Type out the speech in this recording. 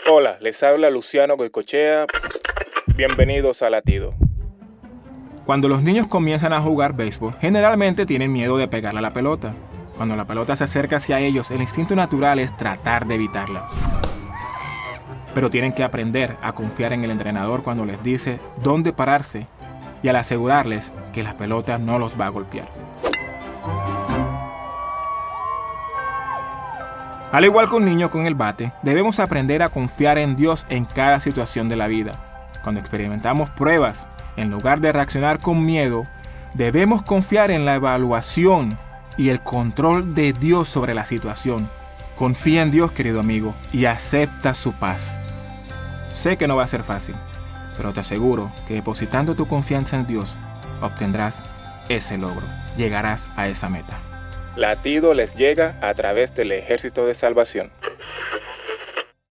Hola, les habla Luciano Goicoechea. Bienvenidos a Latido. Cuando los niños comienzan a jugar béisbol, generalmente tienen miedo de pegarle a la pelota. Cuando la pelota se acerca hacia ellos, el instinto natural es tratar de evitarla. Pero tienen que aprender a confiar en el entrenador cuando les dice dónde pararse y al asegurarles que la pelota no los va a golpear. Al igual que un niño con el bate, debemos aprender a confiar en Dios en cada situación de la vida. Cuando experimentamos pruebas, en lugar de reaccionar con miedo, debemos confiar en la evaluación y el control de Dios sobre la situación. Confía en Dios, querido amigo, y acepta su paz. Sé que no va a ser fácil, pero te aseguro que depositando tu confianza en Dios, obtendrás ese logro. Llegarás a esa meta. Latido les llega a través del Ejército de Salvación.